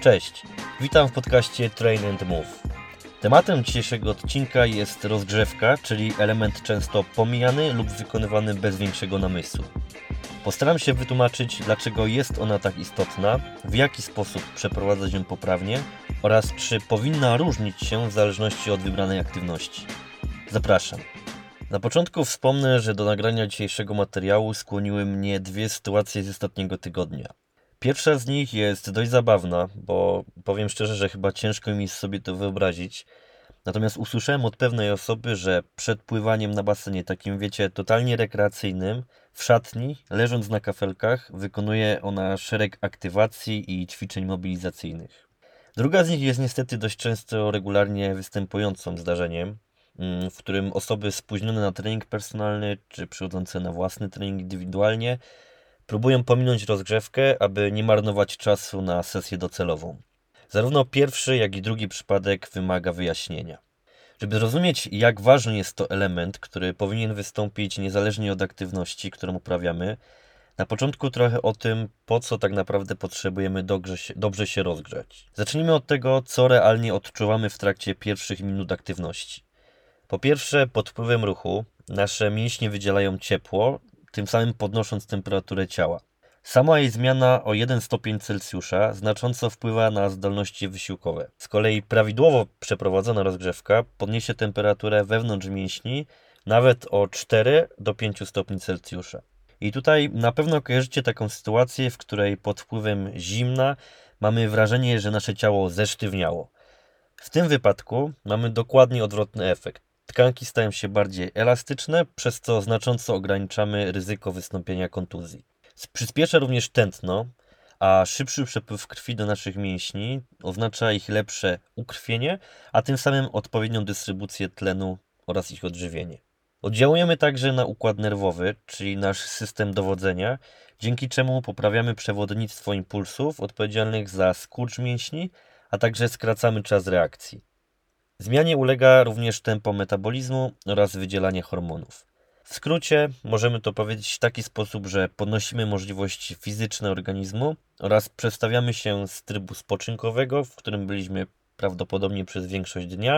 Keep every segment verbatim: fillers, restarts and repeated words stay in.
Cześć, witam w podcaście Train and Move. Tematem dzisiejszego odcinka jest rozgrzewka, czyli element często pomijany lub wykonywany bez większego namysłu. Postaram się wytłumaczyć, dlaczego jest ona tak istotna, w jaki sposób przeprowadzać ją poprawnie oraz czy powinna różnić się w zależności od wybranej aktywności. Zapraszam. Na początku wspomnę, że do nagrania dzisiejszego materiału skłoniły mnie dwie sytuacje z ostatniego tygodnia. Pierwsza z nich jest dość zabawna, bo powiem szczerze, że chyba ciężko mi sobie to wyobrazić. Natomiast usłyszałem od pewnej osoby, że przed pływaniem na basenie takim, wiecie, totalnie rekreacyjnym, w szatni, leżąc na kafelkach, wykonuje ona szereg aktywacji i ćwiczeń mobilizacyjnych. Druga z nich jest niestety dość często regularnie występującym zdarzeniem, w którym osoby spóźnione na trening personalny czy przychodzące na własny trening indywidualnie próbują pominąć rozgrzewkę, aby nie marnować czasu na sesję docelową. Zarówno pierwszy, jak i drugi przypadek wymaga wyjaśnienia. Żeby zrozumieć, jak ważny jest to element, który powinien wystąpić niezależnie od aktywności, którą uprawiamy, na początku trochę o tym, po co tak naprawdę potrzebujemy dobrze się, dobrze się rozgrzać. Zacznijmy od tego, co realnie odczuwamy w trakcie pierwszych minut aktywności. Po pierwsze, pod wpływem ruchu nasze mięśnie wydzielają ciepło, tym samym podnosząc temperaturę ciała. Sama jej zmiana o jeden stopień Celsjusza znacząco wpływa na zdolności wysiłkowe. Z kolei prawidłowo przeprowadzona rozgrzewka podniesie temperaturę wewnątrz mięśni nawet o cztery do pięciu stopni Celsjusza. I tutaj na pewno kojarzycie taką sytuację, w której pod wpływem zimna mamy wrażenie, że nasze ciało zesztywniało. W tym wypadku mamy dokładnie odwrotny efekt. Tkanki stają się bardziej elastyczne, przez co znacząco ograniczamy ryzyko wystąpienia kontuzji. Przyspiesza również tętno, a szybszy przepływ krwi do naszych mięśni oznacza ich lepsze ukrwienie, a tym samym odpowiednią dystrybucję tlenu oraz ich odżywienie. Oddziałujemy także na układ nerwowy, czyli nasz system dowodzenia, dzięki czemu poprawiamy przewodnictwo impulsów odpowiedzialnych za skurcz mięśni, a także skracamy czas reakcji. Zmianie ulega również tempo metabolizmu oraz wydzielanie hormonów. W skrócie możemy to powiedzieć w taki sposób, że podnosimy możliwości fizyczne organizmu oraz przestawiamy się z trybu spoczynkowego, w którym byliśmy prawdopodobnie przez większość dnia,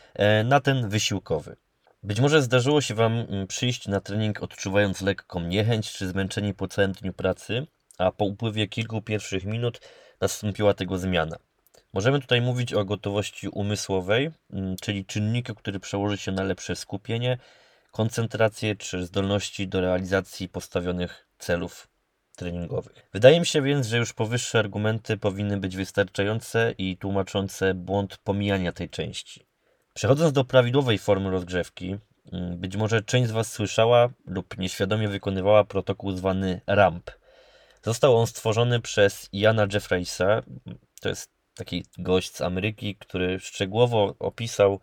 na ten wysiłkowy. Być może zdarzyło się Wam przyjść na trening odczuwając lekką niechęć czy zmęczenie po całym dniu pracy, a po upływie kilku pierwszych minut nastąpiła tego zmiana. Możemy tutaj mówić o gotowości umysłowej, czyli czynniku, który przełoży się na lepsze skupienie, koncentrację czy zdolności do realizacji postawionych celów treningowych. Wydaje mi się więc, że już powyższe argumenty powinny być wystarczające i tłumaczące błąd pomijania tej części. Przechodząc do prawidłowej formy rozgrzewki, być może część z Was słyszała lub nieświadomie wykonywała protokół zwany ramp. Został on stworzony przez Iana Jeffreysa, to jest taki gość z Ameryki, który szczegółowo opisał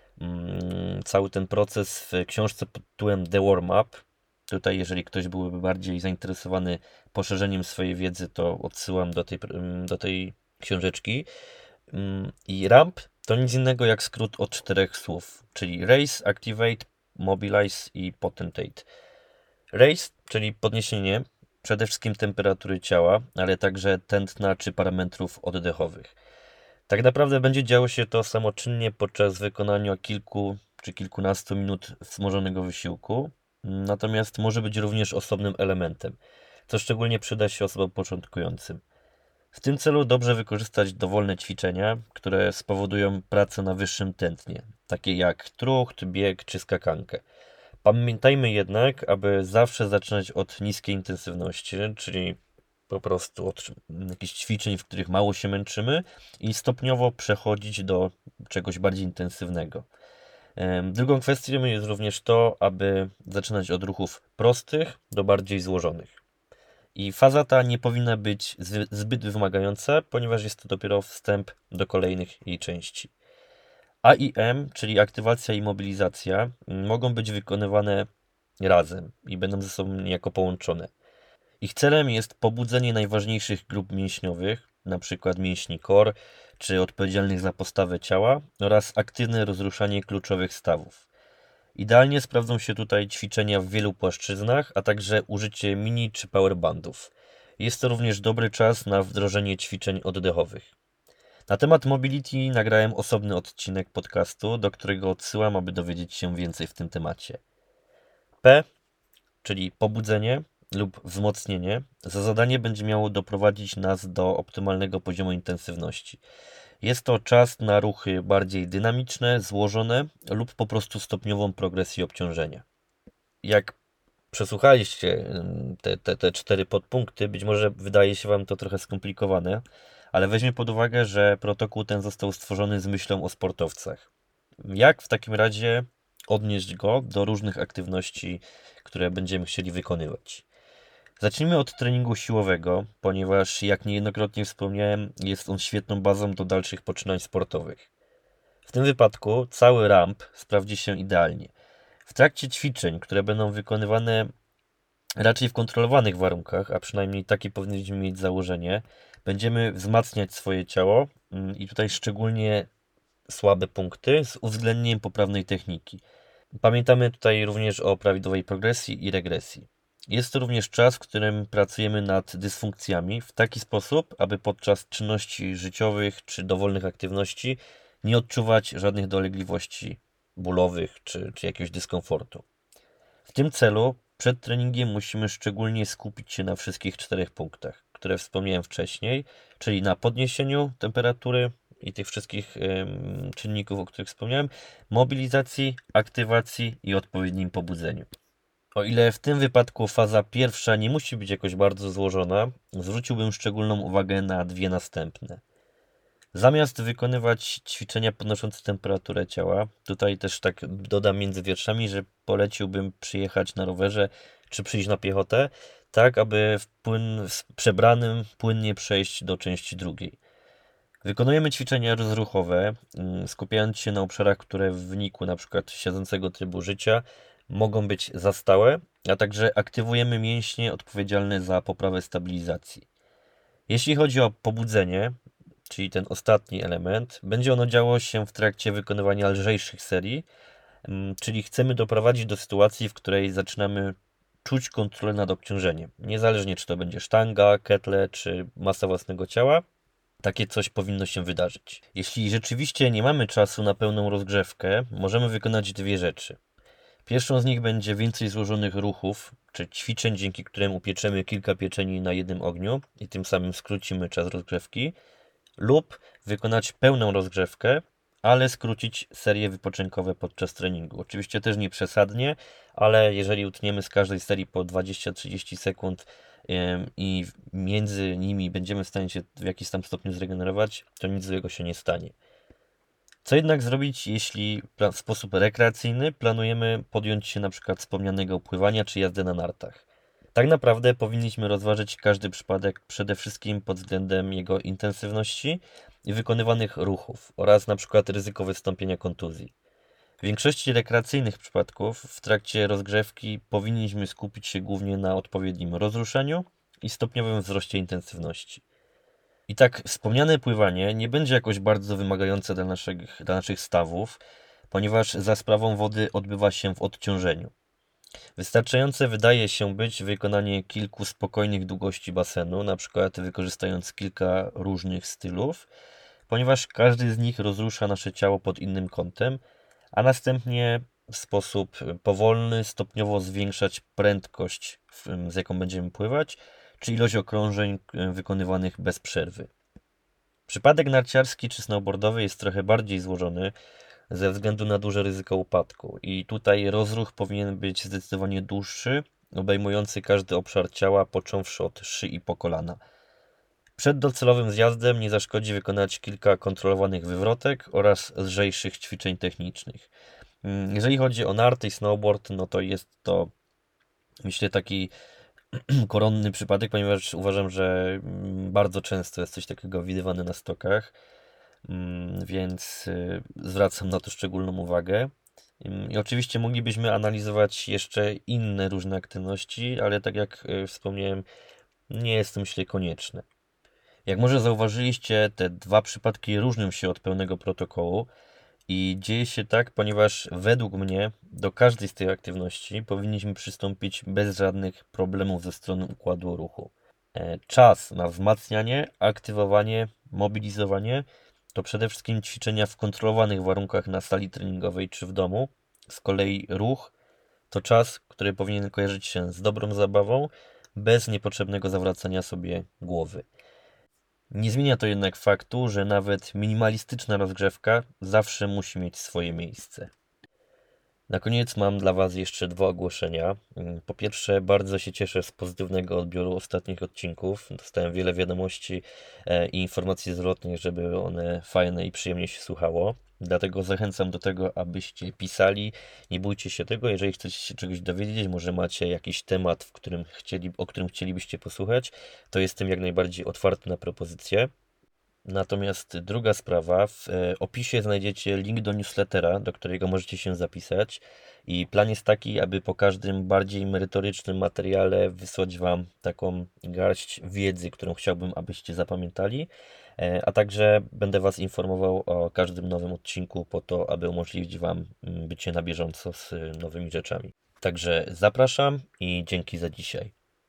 mm, cały ten proces w książce pod tytułem The Warm-Up. Tutaj, jeżeli ktoś byłby bardziej zainteresowany poszerzeniem swojej wiedzy, to odsyłam do tej, do tej książeczki. I ramp to nic innego jak skrót od czterech słów, czyli raise, activate, mobilize i potentate. Raise, czyli podniesienie przede wszystkim temperatury ciała, ale także tętna czy parametrów oddechowych. Tak naprawdę będzie działo się to samoczynnie podczas wykonania kilku czy kilkunastu minut wzmożonego wysiłku, natomiast może być również osobnym elementem, co szczególnie przyda się osobom początkującym. W tym celu dobrze wykorzystać dowolne ćwiczenia, które spowodują pracę na wyższym tętnie, takie jak trucht, bieg czy skakankę. Pamiętajmy jednak, aby zawsze zaczynać od niskiej intensywności, czyli po prostu od jakichś ćwiczeń, w których mało się męczymy i stopniowo przechodzić do czegoś bardziej intensywnego. Drugą kwestią jest również to, aby zaczynać od ruchów prostych do bardziej złożonych. I faza ta nie powinna być zbyt wymagająca, ponieważ jest to dopiero wstęp do kolejnych jej części. A I M, czyli aktywacja i mobilizacja, mogą być wykonywane razem i będą ze sobą niejako połączone. Ich celem jest pobudzenie najważniejszych grup mięśniowych, np. mięśni core, czy odpowiedzialnych za postawę ciała oraz aktywne rozruszanie kluczowych stawów. Idealnie sprawdzą się tutaj ćwiczenia w wielu płaszczyznach, a także użycie mini czy powerbandów. Jest to również dobry czas na wdrożenie ćwiczeń oddechowych. Na temat mobility nagrałem osobny odcinek podcastu, do którego odsyłam, aby dowiedzieć się więcej w tym temacie. P, czyli pobudzenie lub wzmocnienie, za zadanie będzie miało doprowadzić nas do optymalnego poziomu intensywności. Jest to czas na ruchy bardziej dynamiczne, złożone lub po prostu stopniową progresję obciążenia. Jak przesłuchaliście te, te, te cztery podpunkty, być może wydaje się Wam to trochę skomplikowane, ale weźmy pod uwagę, że protokół ten został stworzony z myślą o sportowcach. Jak w takim razie odnieść go do różnych aktywności, które będziemy chcieli wykonywać? Zacznijmy od treningu siłowego, ponieważ jak niejednokrotnie wspomniałem, jest on świetną bazą do dalszych poczynań sportowych. W tym wypadku cały ramp sprawdzi się idealnie. W trakcie ćwiczeń, które będą wykonywane raczej w kontrolowanych warunkach, a przynajmniej takie powinniśmy mieć założenie, będziemy wzmacniać swoje ciało i tutaj szczególnie słabe punkty z uwzględnieniem poprawnej techniki. Pamiętamy tutaj również o prawidłowej progresji i regresji. Jest to również czas, w którym pracujemy nad dysfunkcjami w taki sposób, aby podczas czynności życiowych czy dowolnych aktywności nie odczuwać żadnych dolegliwości bólowych czy, czy jakiegoś dyskomfortu. W tym celu przed treningiem musimy szczególnie skupić się na wszystkich czterech punktach, które wspomniałem wcześniej, czyli na podniesieniu temperatury i tych wszystkich ym, czynników, o których wspomniałem, mobilizacji, aktywacji i odpowiednim pobudzeniu. O ile w tym wypadku faza pierwsza nie musi być jakoś bardzo złożona, zwróciłbym szczególną uwagę na dwie następne. Zamiast wykonywać ćwiczenia podnoszące temperaturę ciała, tutaj też tak dodam między wierszami, że poleciłbym przyjechać na rowerze czy przyjść na piechotę, tak aby w, płyn, w przebranym płynnie przejść do części drugiej. Wykonujemy ćwiczenia rozruchowe, skupiając się na obszarach, które w wyniku np. siedzącego trybu życia mogą być za stałe, a także aktywujemy mięśnie odpowiedzialne za poprawę stabilizacji. Jeśli chodzi o pobudzenie, czyli ten ostatni element, będzie ono działo się w trakcie wykonywania lżejszych serii, czyli chcemy doprowadzić do sytuacji, w której zaczynamy czuć kontrolę nad obciążeniem. Niezależnie czy to będzie sztanga, ketle czy masa własnego ciała, takie coś powinno się wydarzyć. Jeśli rzeczywiście nie mamy czasu na pełną rozgrzewkę, możemy wykonać dwie rzeczy. Pierwszą z nich będzie więcej złożonych ruchów, czy ćwiczeń, dzięki którym upieczemy kilka pieczeni na jednym ogniu i tym samym skrócimy czas rozgrzewki, lub wykonać pełną rozgrzewkę, ale skrócić serie wypoczynkowe podczas treningu. Oczywiście też nie przesadnie, ale jeżeli utniemy z każdej serii po dwadzieścia do trzydziestu sekund i między nimi będziemy w stanie się w jakiś tam stopniu zregenerować, to nic złego się nie stanie. Co jednak zrobić, jeśli w sposób rekreacyjny planujemy podjąć się na przykład wspomnianego pływania czy jazdy na nartach? Tak naprawdę powinniśmy rozważyć każdy przypadek przede wszystkim pod względem jego intensywności i wykonywanych ruchów oraz na przykład ryzyko wystąpienia kontuzji. W większości rekreacyjnych przypadków w trakcie rozgrzewki powinniśmy skupić się głównie na odpowiednim rozruszeniu i stopniowym wzroście intensywności. I tak wspomniane pływanie nie będzie jakoś bardzo wymagające dla naszych, dla naszych stawów, ponieważ za sprawą wody odbywa się w odciążeniu. Wystarczające wydaje się być wykonanie kilku spokojnych długości basenu, na przykład wykorzystując kilka różnych stylów, ponieważ każdy z nich rozrusza nasze ciało pod innym kątem, a następnie w sposób powolny, stopniowo zwiększać prędkość, z jaką będziemy pływać, czy ilość okrążeń wykonywanych bez przerwy. Przypadek narciarski czy snowboardowy jest trochę bardziej złożony ze względu na duże ryzyko upadku i tutaj rozruch powinien być zdecydowanie dłuższy, obejmujący każdy obszar ciała, począwszy od szyi po kolana. Przed docelowym zjazdem nie zaszkodzi wykonać kilka kontrolowanych wywrotek oraz lżejszych ćwiczeń technicznych. Jeżeli chodzi o narty i snowboard, no to jest to, myślę, taki koronny przypadek, ponieważ uważam, że bardzo często jest coś takiego widywane na stokach, więc zwracam na to szczególną uwagę. I oczywiście moglibyśmy analizować jeszcze inne różne aktywności, ale tak jak wspomniałem, nie jest to, myślę, konieczne. Jak może zauważyliście, te dwa przypadki różnią się od pełnego protokołu i dzieje się tak, ponieważ według mnie do każdej z tych aktywności powinniśmy przystąpić bez żadnych problemów ze strony układu ruchu. Czas na wzmacnianie, aktywowanie, mobilizowanie to przede wszystkim ćwiczenia w kontrolowanych warunkach na sali treningowej czy w domu. Z kolei ruch to czas, który powinien kojarzyć się z dobrą zabawą, bez niepotrzebnego zawracania sobie głowy. Nie zmienia to jednak faktu, że nawet minimalistyczna rozgrzewka zawsze musi mieć swoje miejsce. Na koniec mam dla Was jeszcze dwa ogłoszenia. Po pierwsze, bardzo się cieszę z pozytywnego odbioru ostatnich odcinków. Dostałem wiele wiadomości e, i informacji zwrotnych, że były one fajne i przyjemnie się słuchało. Dlatego zachęcam do tego, abyście pisali. Nie bójcie się tego, jeżeli chcecie się czegoś dowiedzieć, może macie jakiś temat, w którym chcieli, o którym chcielibyście posłuchać, to jestem jak najbardziej otwarty na propozycje. Natomiast druga sprawa, w e, opisie znajdziecie link do newslettera, do którego możecie się zapisać. I plan jest taki, aby po każdym bardziej merytorycznym materiale wysłać Wam taką garść wiedzy, którą chciałbym, abyście zapamiętali. E, A także będę Was informował o każdym nowym odcinku po to, aby umożliwić Wam mm, bycie na bieżąco z e, nowymi rzeczami. Także zapraszam i dzięki za dzisiaj.